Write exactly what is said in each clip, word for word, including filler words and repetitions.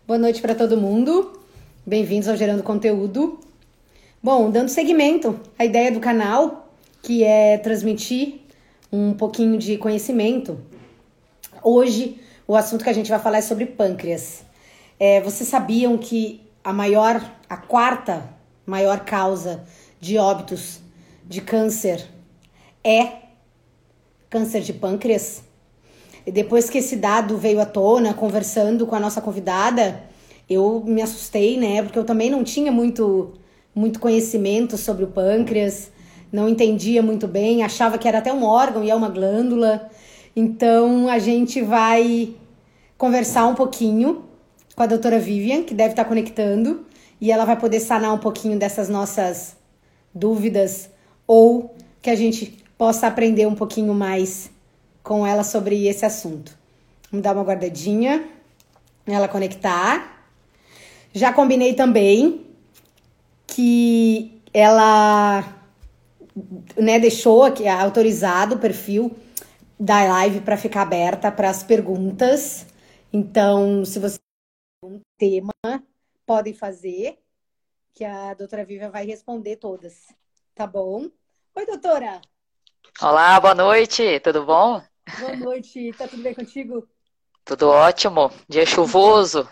Boa noite para todo mundo. Bem-vindos ao Gerando Conteúdo. Bom, dando seguimento à ideia do canal, que é transmitir um pouquinho de conhecimento. Hoje, o assunto que a gente vai falar é sobre pâncreas. É, vocês sabiam que a maior, a quarta maior causa de óbitos de câncer é câncer de pâncreas? E depois que esse dado veio à tona, conversando com a nossa convidada, eu me assustei, né? Porque eu também não tinha muito, muito conhecimento sobre o pâncreas, não entendia muito bem, achava que era até um órgão e é uma glândula. Então, a gente vai conversar um pouquinho com a doutora Vivian, que deve estar conectando, e ela vai poder sanar um pouquinho dessas nossas dúvidas, ou que a gente possa aprender um pouquinho mais com ela sobre esse assunto. Vamos dar uma guardadinha, ela conectar. Já combinei também que ela, né, deixou aqui autorizado o perfil da live para ficar aberta para as perguntas. Então, se você tem um tema, podem fazer, que a doutora Vivian vai responder todas. Tá bom? Oi, doutora! Olá, boa noite, tudo bom? Boa noite, tá tudo bem contigo? Tudo ótimo, dia chuvoso.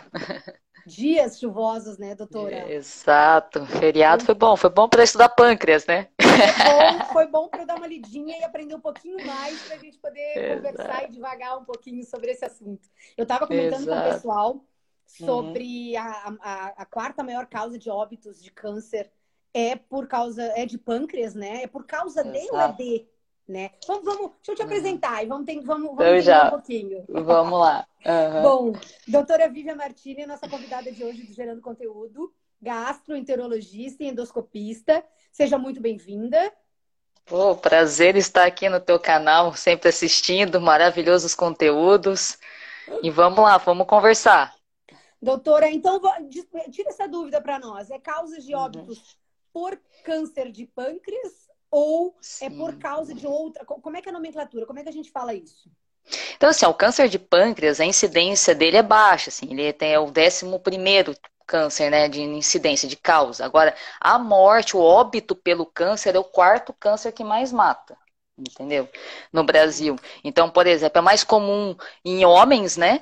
Dias chuvosos, né, doutora? Exato, feriado Eu- foi bom, foi bom para estudar pâncreas, né? Foi bom, foi bom para eu dar uma lidinha e aprender um pouquinho mais para a gente poder conversar e Exato, devagar um pouquinho sobre esse assunto. Eu estava comentando com o exato. pessoal Uhum. sobre a, a, a quarta maior causa de óbitos de câncer é por causa, é de pâncreas, né? É por causa de ou é Exato. de, né? Vamos, vamos, deixa eu te Uhum. apresentar e vamos, tem- vamos, vamos Então entender um já, pouquinho. vamos lá. Uhum. Bom, doutora Vivian Martini, nossa convidada de hoje do Gerando Conteúdo, gastroenterologista e endoscopista. Seja muito bem-vinda. Pô, prazer estar aqui no teu canal, sempre assistindo, maravilhosos conteúdos. E vamos lá, vamos conversar. Doutora, então, tira essa dúvida para nós. É causas de Uhum. óbitos por câncer de pâncreas ou é por Sim. causa de outra? Como é que é a nomenclatura? Como é que a gente fala isso? Então, assim, ó, o câncer de pâncreas, a incidência dele é baixa, assim, ele tem é o décimo primeiro câncer, né, de incidência, de causa. Agora, a morte, o óbito pelo câncer é o quarto câncer que mais mata, entendeu? No Brasil. Então, por exemplo, é mais comum em homens, né,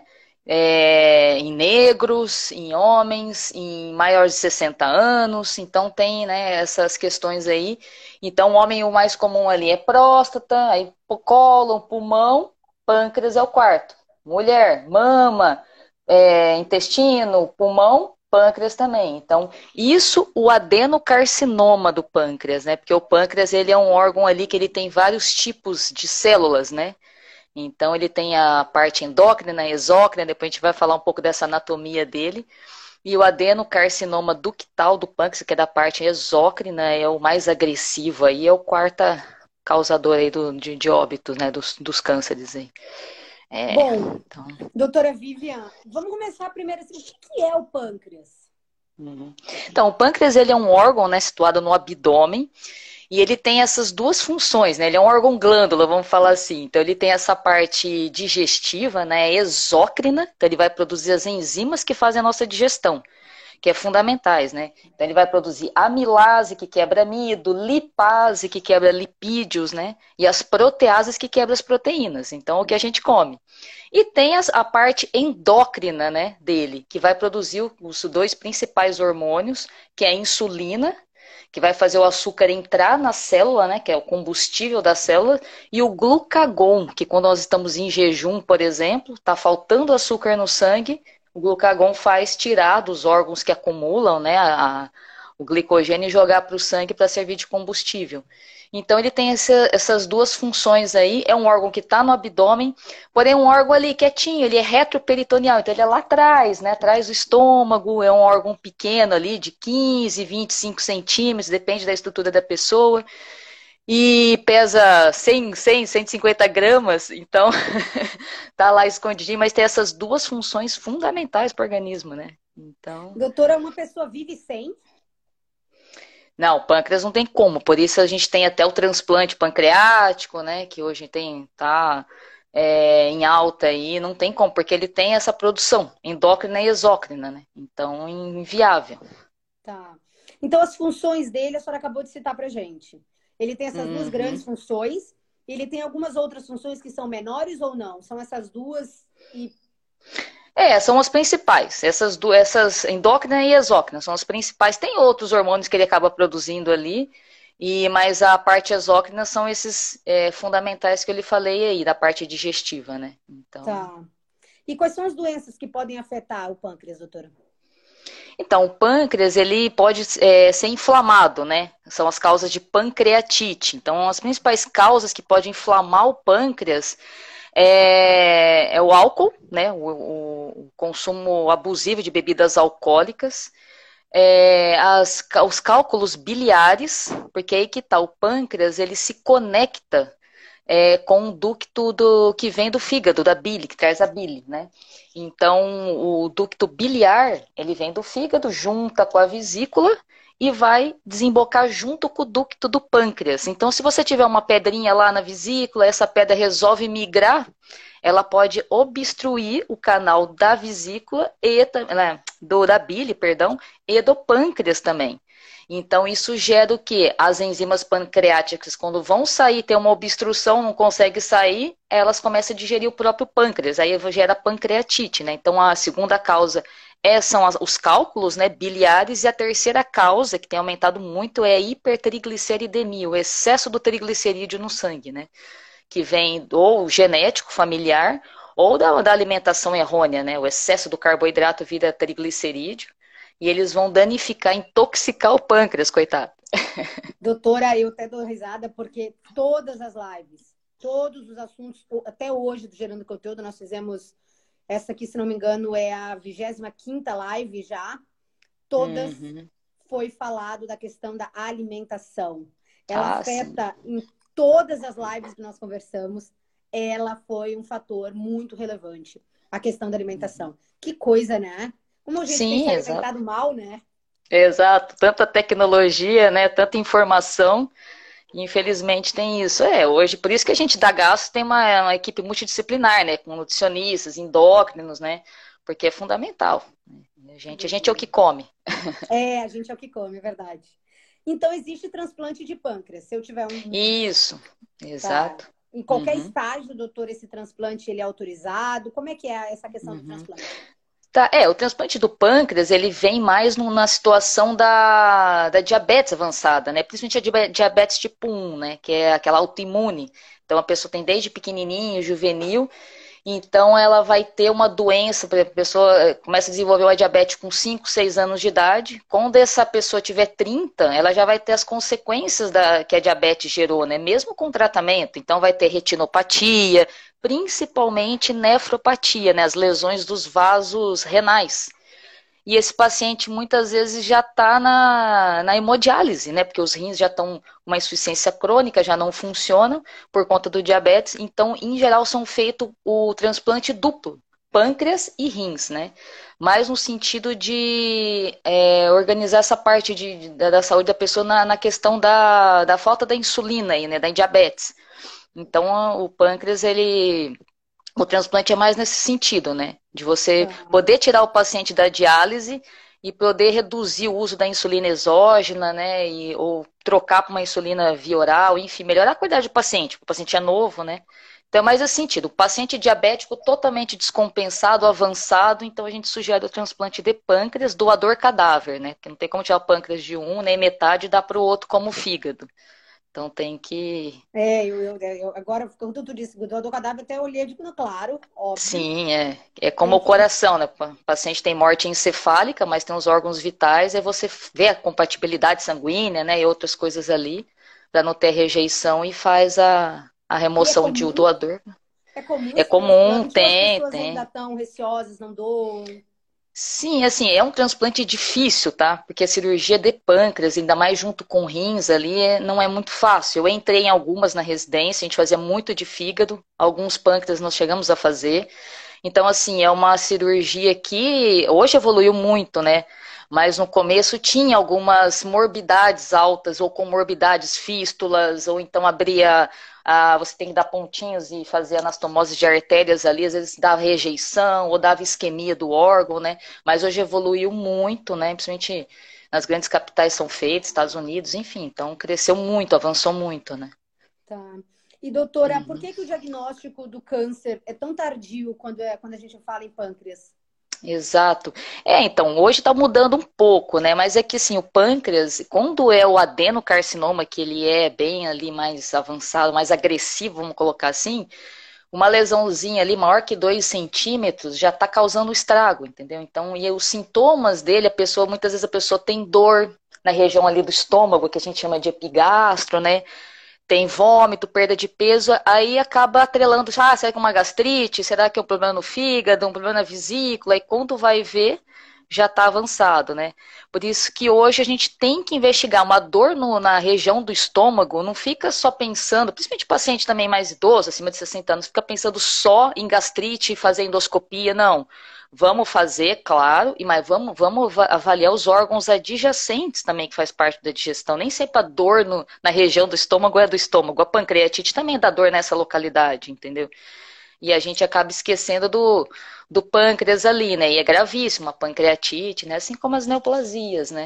é, em negros, em homens, em maiores de sessenta anos, então tem, né, essas questões aí. Então, o homem, o mais comum ali é próstata, aí cólon, pulmão, pâncreas é o quarto. Mulher, mama, é, intestino, pulmão, pâncreas também. Então, isso o adenocarcinoma do pâncreas, né? Porque o pâncreas ele é um órgão ali que ele tem vários tipos de células, né? Então, ele tem a parte endócrina, exócrina, depois a gente vai falar um pouco dessa anatomia dele. E o adenocarcinoma ductal do pâncreas, que é da parte exócrina, é o mais agressivo aí, é o quarta causador aí do, de, de óbitos, né? Dos, dos cânceres aí. É, Bom, então. doutora Vivian, vamos começar primeiro assim. O que que é o pâncreas? Uhum. Então, o pâncreas ele é um órgão, né, situado no abdômen e ele tem essas duas funções, né? Ele é um órgão glândula, vamos falar assim. Então, ele tem essa parte digestiva, né, exócrina, então ele vai produzir as enzimas que fazem a nossa digestão, que é fundamentais, né? Então ele vai produzir amilase, que quebra amido, lipase, que quebra lipídios, né? E as proteases, que quebra as proteínas. Então, o que a gente come. E tem as, a parte endócrina, né, dele, que vai produzir os dois principais hormônios, que é a insulina, que vai fazer o açúcar entrar na célula, né, que é o combustível da célula, e o glucagon, que quando nós estamos em jejum, por exemplo, está faltando açúcar no sangue, o glucagon faz tirar dos órgãos que acumulam, né, a, o glicogênio e jogar para o sangue para servir de combustível. Então ele tem essa, essas duas funções aí, é um órgão que está no abdômen, porém um órgão ali quietinho, ele é retroperitoneal, então ele é lá atrás, né, atrás do estômago, é um órgão pequeno ali, de quinze, vinte e cinco centímetros, depende da estrutura da pessoa, e pesa cem, cem, cento e cinquenta gramas, então tá lá escondidinho, mas tem essas duas funções fundamentais para o organismo, né? Então, Doutora, uma pessoa vive sem? não, o pâncreas não tem como, por isso a gente tem até o transplante pancreático, né, que hoje tem, tá é, em alta aí, não tem como, porque ele tem essa produção endócrina e exócrina, né? Então, inviável. Tá. Então, as funções dele, a senhora acabou de citar pra gente. Ele tem essas duas Uhum. grandes funções, e ele tem algumas outras funções que são menores ou não? São essas duas e... É, são as principais. Essas, duas, essas endócrina e exócrina são as principais. Tem outros hormônios que ele acaba produzindo ali, e mas a parte exócrina são esses é, fundamentais que eu lhe falei aí, da parte digestiva, né? Então, Tá. E quais são as doenças que podem afetar o pâncreas, doutora? então o pâncreas ele pode é, ser inflamado, né? São as causas de pancreatite. Então, as principais causas que podem inflamar o pâncreas é, é o álcool, né? O, o, o consumo abusivo de bebidas alcoólicas. É, as, os cálculos biliares, porque aí que tá, o pâncreas ele se conecta é, com o ducto do, que vem do fígado, da bile, que traz a bile, né? Então, o ducto biliar, ele vem do fígado, junta com a vesícula e vai desembocar junto com o ducto do pâncreas. Então, se você tiver uma pedrinha lá na vesícula, essa pedra resolve migrar, ela pode obstruir o canal da vesícula e né, do da bile, perdão, e do pâncreas também. Então, isso gera o quê? As enzimas pancreáticas, quando vão sair, tem uma obstrução, não consegue sair, elas começam a digerir o próprio pâncreas, aí gera pancreatite, né? Então, a segunda causa é, são as, os cálculos né, biliares, e a terceira causa, que tem aumentado muito, é a hipertrigliceridemia, o excesso do triglicerídeo no sangue, né? Que vem ou genético, familiar, ou da, da alimentação errônea, né? O excesso do carboidrato vira triglicerídeo, e eles vão danificar, intoxicar o pâncreas, coitado. Doutora, eu até dou risada porque todas as lives, todos os assuntos, até hoje do Gerando Conteúdo, nós fizemos, essa aqui, se não me engano, é a vigésima quinta live já, todas Uhum. foi falado da questão da alimentação. Ela Ah, sim. afeta em todas as lives que nós conversamos, ela foi um fator muito relevante, a questão da alimentação. Que coisa, né? Como a gente tem se Sim, exato. alimentado mal, né? Exato. Tanta tecnologia, né? Tanta informação. E infelizmente tem isso. É, hoje, por isso que a gente da Gasto tem uma, uma equipe multidisciplinar, né? Com nutricionistas, endócrinos, né? Porque é fundamental. A gente, a gente é o que come. É, a gente é o que come, é verdade. Então, existe transplante de pâncreas. Se eu tiver um... Isso, Tá. exato. Em qualquer Uhum, estágio, doutor, esse transplante ele é autorizado? Como é que é essa questão do uhum. transplante? Tá, é, o transplante do pâncreas, ele vem mais no- na situação da, da diabetes avançada, né? Principalmente a diabe- diabetes tipo um, né? Que é aquela autoimune. Então, a pessoa tem desde pequenininho, juvenil, então ela vai ter uma doença, por exemplo, a pessoa eh, começa a desenvolver uma diabetes com cinco, seis anos de idade. Quando essa pessoa tiver trinta, ela já vai ter as consequências da, que a diabetes gerou, né? Mesmo com tratamento. Então vai ter retinopatia, principalmente nefropatia, né? As lesões dos vasos renais. E esse paciente muitas vezes já está na, na hemodiálise, né? Porque os rins já estão com uma insuficiência crônica, já não funcionam por conta do diabetes. Então, em geral, são feito o transplante duplo, pâncreas e rins, né? Mais no sentido de é, organizar essa parte de, da, da saúde da pessoa na, na questão da, da falta da insulina aí, né? Da diabetes. Então, o pâncreas, ele o transplante é mais nesse sentido, né? De você Tá. poder tirar o paciente da diálise e poder reduzir o uso da insulina exógena, né? E, ou trocar para uma insulina via oral, enfim, melhorar a qualidade do paciente. O paciente é novo, né? Então é mais esse sentido. O paciente diabético totalmente descompensado, avançado, então a gente sugere o transplante de pâncreas, doador cadáver, né? Porque não tem como tirar o pâncreas de um, nem metade e dar para o outro como fígado. Então tem que É, eu, eu, eu- agora, quando tu disse do cadáver, até olhei de claro, óbvio. Sim, é. É como Tem o que. coração, né? O paciente tem morte encefálica, mas tem os órgãos vitais, aí você vê a compatibilidade sanguínea, né? E outras coisas ali, para não ter rejeição e faz a, a E é remoção de o comum? doador. É comum É esse comum, transplante ou as tem, pessoas ainda tem. estão receosas, não doam? Sim, assim, é um transplante difícil, tá? Porque a cirurgia de pâncreas, ainda mais junto com rins ali, é- não é muito fácil. Eu entrei em algumas na residência, a gente fazia muito de fígado, alguns pâncreas nós chegamos a fazer. Então, assim, é uma cirurgia que hoje evoluiu muito, né? Mas no começo tinha algumas morbidades altas, ou comorbidades, fístulas, ou então abria, ah, você tem que dar pontinhos e fazer anastomose de artérias ali, às vezes dava rejeição, ou dava isquemia do órgão, né? Mas hoje evoluiu muito, né? Principalmente nas grandes capitais são feitos, Estados Unidos, enfim, então cresceu muito, avançou muito, né? Tá. E doutora, por Uhum. que que o diagnóstico do câncer é tão tardio quando, é, quando a gente fala em pâncreas? Exato. É, então, hoje está mudando um pouco, né? Mas é que assim, o pâncreas, quando é o adenocarcinoma, que ele é bem ali mais avançado, mais agressivo, vamos colocar assim, uma lesãozinha ali maior que dois centímetros já está causando estrago, entendeu? Então, e os sintomas dele, a pessoa, muitas vezes a pessoa tem dor na região ali do estômago, que a gente chama de epigastro, né? Tem vômito, perda de peso, aí acaba atrelando, ah, será que é uma gastrite? Será que é um problema no fígado, um problema na vesícula? E quando vai ver, já está avançado, né? Por isso que hoje a gente tem que investigar uma dor no, na região do estômago, não fica só pensando, principalmente paciente também mais idoso, acima de sessenta anos, fica pensando só em gastrite e fazer endoscopia, não. Vamos fazer, claro, e mas vamos, vamos avaliar os órgãos adjacentes também, que faz parte da digestão. Nem sempre a dor no, na região do estômago é do estômago. A pancreatite também dá dor nessa localidade, entendeu? E a gente acaba esquecendo do, do pâncreas ali, né? E é gravíssimo a pancreatite, né? Assim como as neoplasias, né?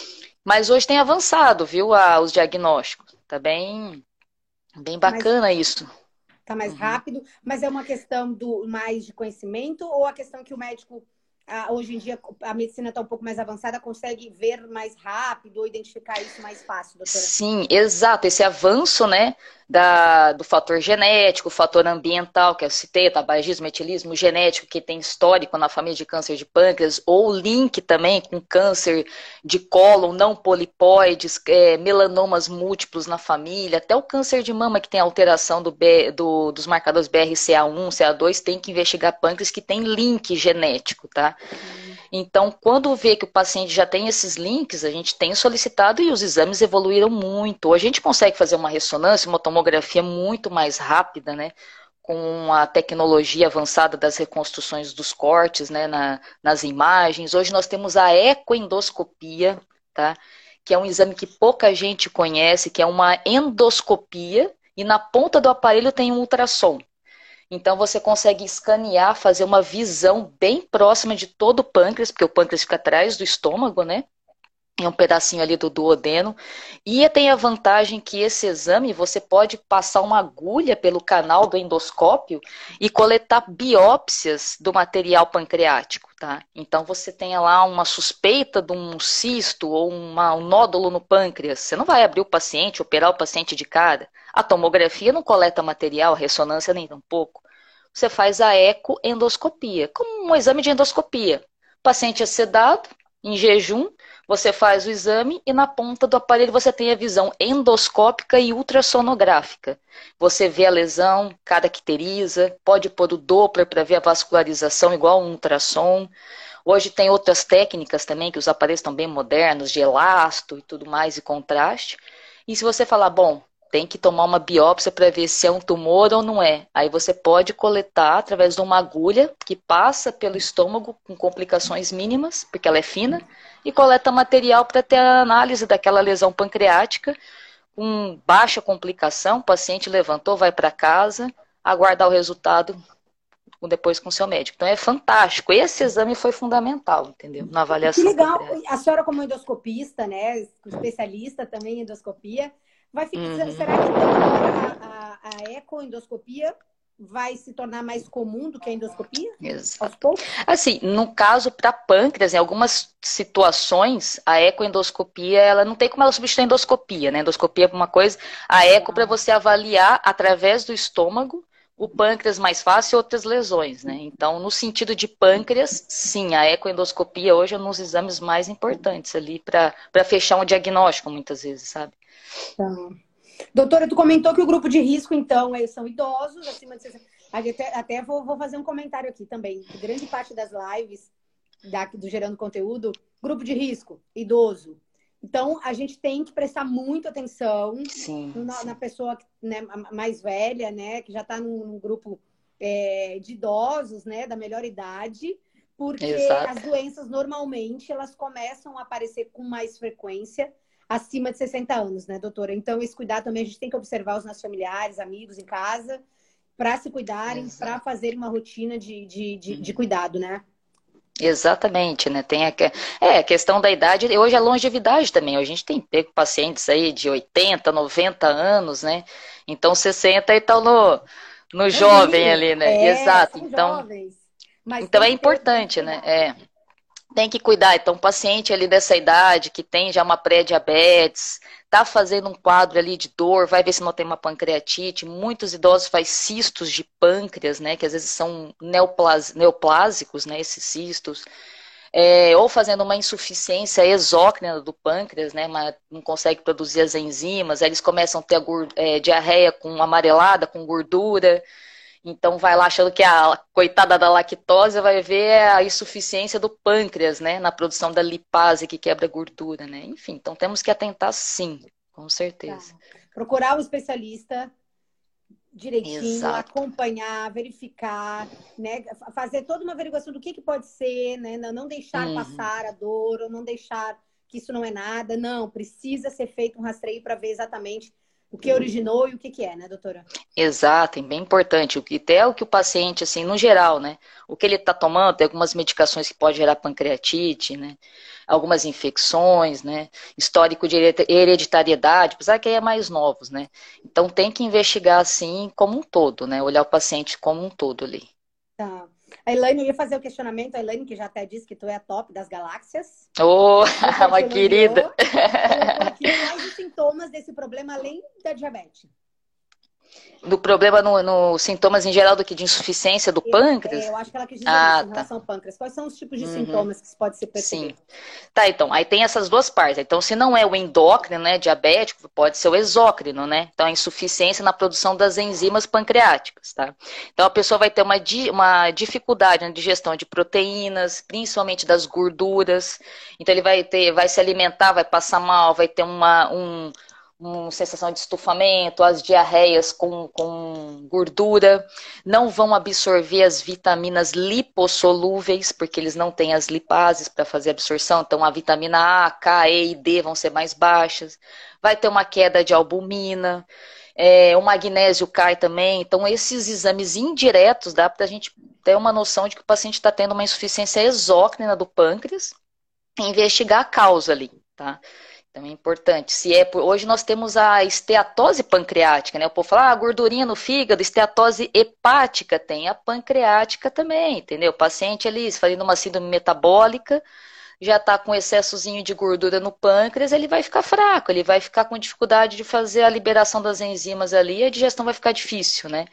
Mas hoje tem avançado, viu, a, os diagnósticos. Tá bem, bem Mas bacana isso. tá mais Uhum. rápido, mas é uma questão do mais de conhecimento ou a questão que o médico, ah, hoje em dia, a medicina está um pouco mais avançada, consegue ver mais rápido ou identificar isso mais fácil, doutora? Sim, exato. Esse avanço, né, da, do fator genético, fator ambiental, que eu citei, tabagismo, etilismo, genético, que tem histórico na família de câncer de pâncreas, ou link também com câncer de cólon, não polipóides, é, melanomas múltiplos na família, até o câncer de mama, que tem alteração do B, do, dos marcadores B R C A um, C A dois, tem que investigar pâncreas que tem link genético, tá? Hum. Então, quando vê que o paciente já tem esses links, a gente tem solicitado e os exames evoluíram muito. Hoje a gente consegue fazer uma ressonância, uma tomografia muito mais rápida, né? Com a tecnologia avançada das reconstruções dos cortes, né? Na, nas imagens. Hoje nós temos a ecoendoscopia, tá? Que é um exame que pouca gente conhece, que é uma endoscopia, e na ponta do aparelho tem um ultrassom. Então você consegue escanear, fazer uma visão bem próxima de todo o pâncreas, porque o pâncreas fica atrás do estômago, né? É um pedacinho ali do duodeno. E tem a vantagem que esse exame você pode passar uma agulha pelo canal do endoscópio e coletar biópsias do material pancreático, tá? Então você tem lá uma suspeita de um cisto ou uma, um nódulo no pâncreas. Você não vai abrir o paciente, operar o paciente de cara. A tomografia não coleta material, a ressonância nem tampouco. Você faz a ecoendoscopia, como um exame de endoscopia. O paciente é sedado, em jejum, você faz o exame e na ponta do aparelho você tem a visão endoscópica e ultrassonográfica. Você vê a lesão, caracteriza, pode pôr o Doppler para ver a vascularização igual um ultrassom. Hoje tem outras técnicas também, que os aparelhos estão bem modernos, de elasto e tudo mais, e contraste. E se você falar, bom, tem que tomar uma biópsia para ver se é um tumor ou não é. Aí você pode coletar através de uma agulha que passa pelo estômago com complicações mínimas, porque ela é fina, e coleta material para ter a análise daquela lesão pancreática com baixa complicação. O paciente levantou, vai para casa, aguardar o resultado depois com o seu médico. Então é fantástico. Esse exame foi fundamental, entendeu? Na Que avaliação legal. pancreática. A senhora, como endoscopista, né, especialista também em endoscopia, vai ficar, Uhum. será que então agora a, a, a ecoendoscopia vai se tornar mais comum do que a endoscopia? Aos Exato. poucos? Assim, no caso para pâncreas, em algumas situações, a ecoendoscopia, ela não tem como ela substituir a endoscopia, né? Endoscopia é uma coisa, a eco para você avaliar através do estômago o pâncreas mais fácil e outras lesões, né? Então, no sentido de pâncreas, sim, a ecoendoscopia hoje é um dos exames mais importantes ali para para fechar um diagnóstico, muitas vezes, sabe? Então, doutora, tu comentou que o grupo de risco, então, eles são idosos, acima de sessenta. Até, até vou, vou fazer um comentário aqui também. Grande parte das lives da, do Gerando Conteúdo, grupo de risco, idoso. Então, a gente tem que prestar muita atenção Sim, na, sim. na pessoa, né, mais velha, né, que já está num, num grupo é, de idosos, né, da melhor idade, porque Exato. as doenças normalmente elas começam a aparecer com mais frequência acima de sessenta anos, né, doutora? Então, esse cuidado também a gente tem que observar os nossos familiares, amigos em casa, para se cuidarem, para Exato. fazerem uma rotina de, de, de, de cuidado, né? Exatamente, né? Tem a, que- é, a questão da idade, e hoje a longevidade também. A gente tem pego pacientes aí de oitenta, noventa anos, né? Então sessenta e estão no, no jovem Novinho, ali, né? é, Exato. são Então, jovens, mas então tem é que ter, tem que importante, né? cuidar. É. Tem que cuidar. Então, um paciente ali dessa idade, que tem já uma pré-diabetes, tá fazendo um quadro ali de dor, vai ver se não tem uma pancreatite. Muitos idosos fazem cistos de pâncreas, né? Que às vezes são neoplas, neoplásicos, né? Esses cistos. É, ou fazendo uma insuficiência exócrina do pâncreas, né? Mas não consegue produzir as enzimas. Aí eles começam a ter a gur- é, diarreia com amarelada, com gordura. Então vai lá achando que a coitada da lactose vai ver a insuficiência do pâncreas, né, na produção da lipase que quebra a gordura, né? Enfim, então temos que atentar sim, com Tá. certeza. Procurar um especialista direitinho, Exato. acompanhar, verificar, né? Fazer toda uma averiguação do que, que pode ser, né? Não não deixar Uhum. passar a dor, ou não deixar que isso não é nada. Não, precisa ser feito um rastreio para ver exatamente o que originou e o que, que é, né, doutora? Exato, e bem importante. O que até o que o paciente, assim, no geral, né? O que ele está tomando, tem algumas medicações que pode gerar pancreatite, né? Algumas infecções, né? Histórico de hereditariedade, apesar que aí é mais novos, né? Então tem que investigar assim como um todo, né? Olhar o paciente como um todo ali. Tá. A Elaine, eu ia fazer o questionamento, a Elaine, que já até disse que tu é a top das galáxias, Ô, super te uma querida. elogiou, colocou aqui quais os sintomas desse problema além da diabetes. Do problema no, no sintomas em geral do que de insuficiência do Eu, é, pâncreas? eu acho que ela quis dizer isso Ah, em tá. relação ao pâncreas. Quais são os tipos de Uhum. sintomas que se pode se Sim. perceber? Tá, então, aí tem essas duas partes. Então, se não é o endócrino, né, diabético, pode ser o exócrino, né? Então, a insuficiência na produção das enzimas pancreáticas, tá? Então, a pessoa vai ter uma, di uma dificuldade na digestão de proteínas, principalmente das gorduras. Então, ele vai ter, vai se alimentar, vai passar mal, vai ter uma, um, uma sensação de estufamento, as diarreias com, com gordura, não vão absorver as vitaminas lipossolúveis, porque eles não têm as lipases para fazer absorção, então a vitamina A, K, E e D vão ser mais baixas, vai ter uma queda de albumina, é, o magnésio cai também, então esses exames indiretos dá para a gente ter uma noção de que o paciente está tendo uma insuficiência exócrina do pâncreas e investigar a causa ali, tá? Então é importante. Se é por... Hoje nós temos a esteatose pancreática, né? O povo fala, ah, gordurinha no fígado, esteatose hepática, tem a pancreática também, entendeu? O paciente ali fazendo uma síndrome metabólica, já está com excessozinho de gordura no pâncreas, ele vai ficar fraco, ele vai ficar com dificuldade de fazer a liberação das enzimas ali, e a digestão vai ficar difícil, né?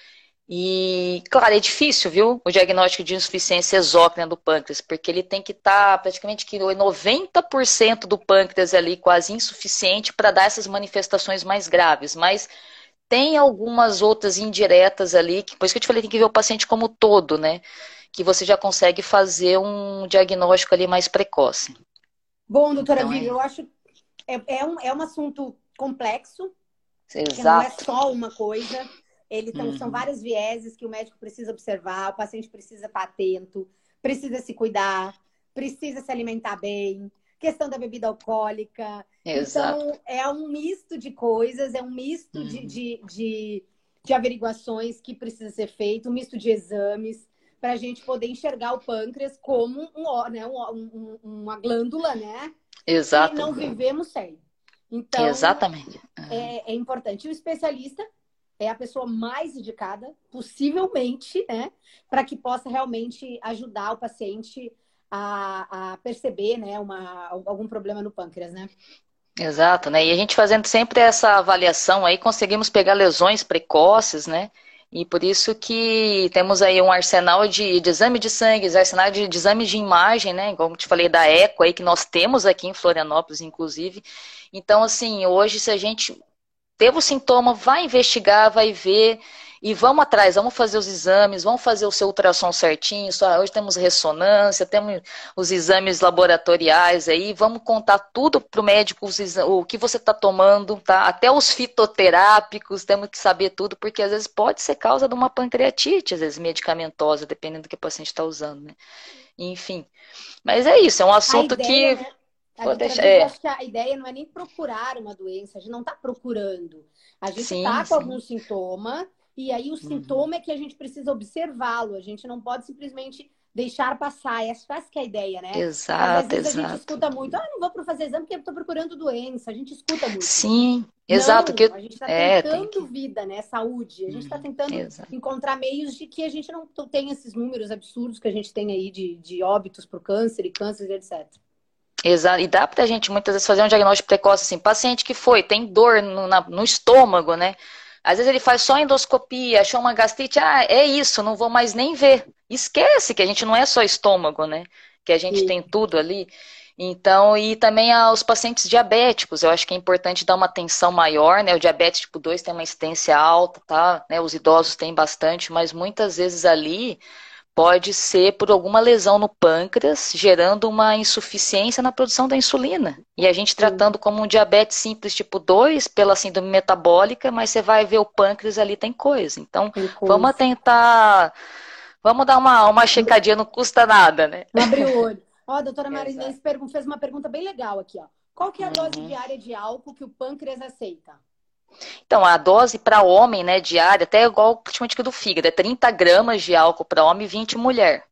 E, claro, é difícil, viu, o diagnóstico de insuficiência exócrina do pâncreas, porque ele tem que estar tá, praticamente que noventa por cento do pâncreas ali quase insuficiente para dar essas manifestações mais graves, mas tem algumas outras indiretas ali, que, por isso que eu te falei, tem que ver o paciente como todo, né, que você já consegue fazer um diagnóstico ali mais precoce. Bom, doutora Então Vivi, é... eu acho é, é, um, é um assunto complexo, que não é Exato. só uma coisa. Ele, então, são Uhum. vários vieses que o médico precisa observar, o paciente precisa estar atento, precisa se cuidar, precisa se alimentar bem, questão da bebida alcoólica. Exato. Então, é um misto de coisas, é um misto de, Uhum. de, de, de averiguações que precisa ser feito, um misto de exames, para a gente poder enxergar o pâncreas como um, né, um, um, uma glândula, né? Que Exato. não vivemos sem. Então, Exatamente. Uhum. é, é importante. O especialista é a pessoa mais indicada, possivelmente, né, para que possa realmente ajudar o paciente a, a perceber, né, uma, algum problema no pâncreas, né? Exato, né? E a gente fazendo sempre essa avaliação aí, conseguimos pegar lesões precoces, né? E por isso que temos aí um arsenal de, de exame de sangue, arsenal de, de exames de imagem, né? Como te falei, da eco aí, que nós temos aqui em Florianópolis, inclusive. Então, assim, hoje, se a gente teve o sintoma, vai investigar, vai ver, e vamos atrás, vamos fazer os exames, vamos fazer o seu ultrassom certinho. Só, hoje temos ressonância, temos os exames laboratoriais aí, vamos contar tudo para o médico, os exa- o que você está tomando, tá? Até os fitoterápicos, temos que saber tudo, porque às vezes pode ser causa de uma pancreatite, às vezes medicamentosa, dependendo do que o paciente está usando, né? Enfim, mas é isso, é um A assunto ideia, que né? A vou doutora deixar. Vivi, eu É, acho que a ideia não é nem procurar uma doença, a gente não está procurando. A gente sim, está com sim. algum sintoma, e aí o Uhum. sintoma é que a gente precisa observá-lo. A gente não pode simplesmente deixar passar. Essa essa que é a ideia, né? Porque às Exato, vezes a gente exato. escuta muito, ah, não vou para fazer exame porque eu estou procurando doença. A gente escuta muito isso. Sim, exato, Não, que a gente está é, tem tentando que. vida, né? Saúde. A gente está Uhum, tentando exato. encontrar meios de que a gente não tenha esses números absurdos que a gente tem aí de, de óbitos por câncer e câncer, etcétera. Exato. E dá pra gente muitas vezes fazer um diagnóstico precoce assim, paciente que foi, tem dor no, na- no estômago, né? Às vezes ele faz só endoscopia, achou uma gastrite, ah, é isso, não vou mais nem ver. Esquece que a gente não é só estômago, né? Que a gente E tem tudo ali. Então, e também aos pacientes diabéticos, eu acho que é importante dar uma atenção maior, né? O diabetes tipo dois tem uma incidência alta, tá? Né? Os idosos têm bastante, mas muitas vezes ali pode ser por alguma lesão no pâncreas, gerando uma insuficiência na produção da insulina. E a gente sim, tratando como um diabetes simples tipo dois pela síndrome metabólica, mas você vai ver o pâncreas ali tem coisa. Então, tem vamos coisa. tentar, vamos dar uma, uma checadinha, não custa nada, né? Não abriu o olho. Ó, a doutora Exato. Marinês pergun- fez uma pergunta bem legal aqui, ó. Qual que é a dose Uhum. diária de álcool que o pâncreas aceita? Então, a dose para homem, né, diária, até é igual praticamente que do fígado, é trinta gramas de álcool para homem e vinte mulher.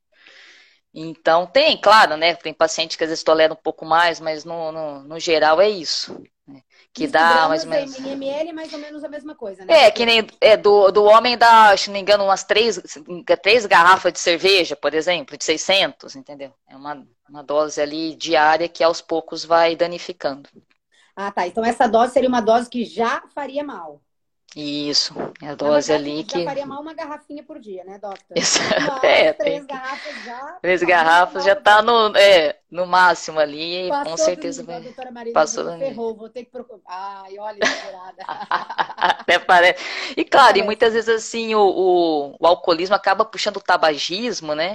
Então, tem, claro, né? Tem paciente que às vezes tolera um pouco mais, mas no, no, no geral é isso. Né, que Isso em dá mais ou gramas, em menos. em ml, é mais ou menos a mesma coisa, né, É, que doutora? nem é, do, do homem dá, se não me engano, umas três, três garrafas de cerveja, por exemplo, de seiscentos, entendeu? É uma, uma dose ali diária que aos poucos vai danificando. Ah, tá. Então essa dose seria uma dose que já faria mal. Isso, é a Na dose verdade, ali já que. faria mal uma garrafinha por dia, né, doctor? Isso, Mas é, tem três que. garrafas já Três tá muito garrafas mal já do tá pâncreas. no, é, no máximo ali e com Passou do certeza nível, a vai. doutora Marinês Passou aqui do nível. ferrou, vou ter que procurar. Ai, olha, exagerada. Até parece. E Até claro, e parece. muitas vezes assim o, o, o alcoolismo acaba puxando o tabagismo, né?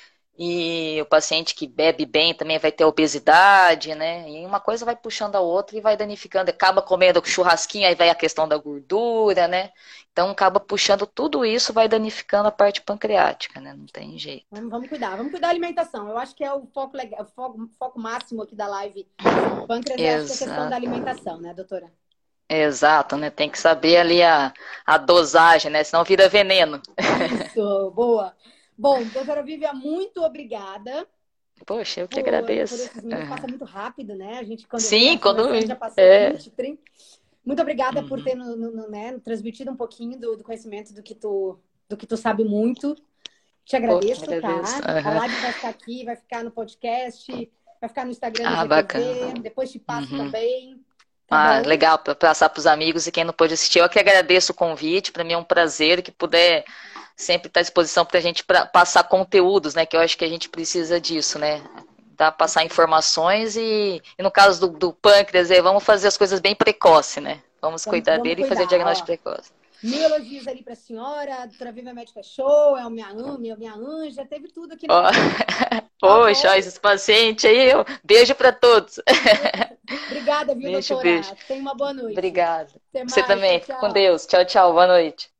E o paciente que bebe bem também vai ter obesidade, né? E uma coisa vai puxando a outra e vai danificando. Acaba comendo churrasquinho, aí vai a questão da gordura, né? Então acaba puxando tudo isso, vai danificando a parte pancreática, né? Não tem jeito. Vamos, vamos cuidar, vamos cuidar da alimentação. Eu acho que é o foco, legal, o foco, foco máximo aqui da live sobre pâncreas, eu acho que é a questão da Exato. alimentação, né, doutora? Exato, né? Tem que saber ali a, a dosagem, né? Senão vira veneno. Isso, boa. Bom, doutora Vívia, muito obrigada Poxa, eu que por, por agradeço. esses minutos. Passa É. muito rápido, né? A gente, quando vê, Sim, vai quando. conversando, já passou É. vinte, trinta. Muito obrigada por Uhum. ter no, no- no, né, transmitido um pouquinho do, do conhecimento do que tu, do que tu sabe muito. Te Pô, que agradeço, tá? agradeço. A Aham. live vai ficar aqui, vai ficar no podcast, vai ficar no Instagram do Ah, bacana. G P V, depois te passo Uhum. também, tá Ah, bom? legal, para passar para os amigos e quem não pôde assistir. Eu que agradeço o convite, para mim é um prazer que puder sempre estar à disposição para a gente pra passar conteúdos, né? Que eu acho que a gente precisa disso, né? Dá passar informações e, e no caso do, do pâncreas, é, vamos fazer as coisas bem precoce, né? Vamos Vamos, cuidar vamos dele e fazer o cuidar, diagnóstico ó. precoce. Mil elogios ali pra senhora, a doutora Viva Médica Show, é o minha, an- minha, minha anja, teve tudo aqui Ó, nessa live, tá poxa, ó, bom? esses pacientes aí, eu- beijo para todos. Obrigada, viu, Beijo, beijo. doutora? Tenha uma boa noite. Obrigada. Até Você mais, tchau, também, fica com tchau. Deus. Tchau, tchau, boa noite.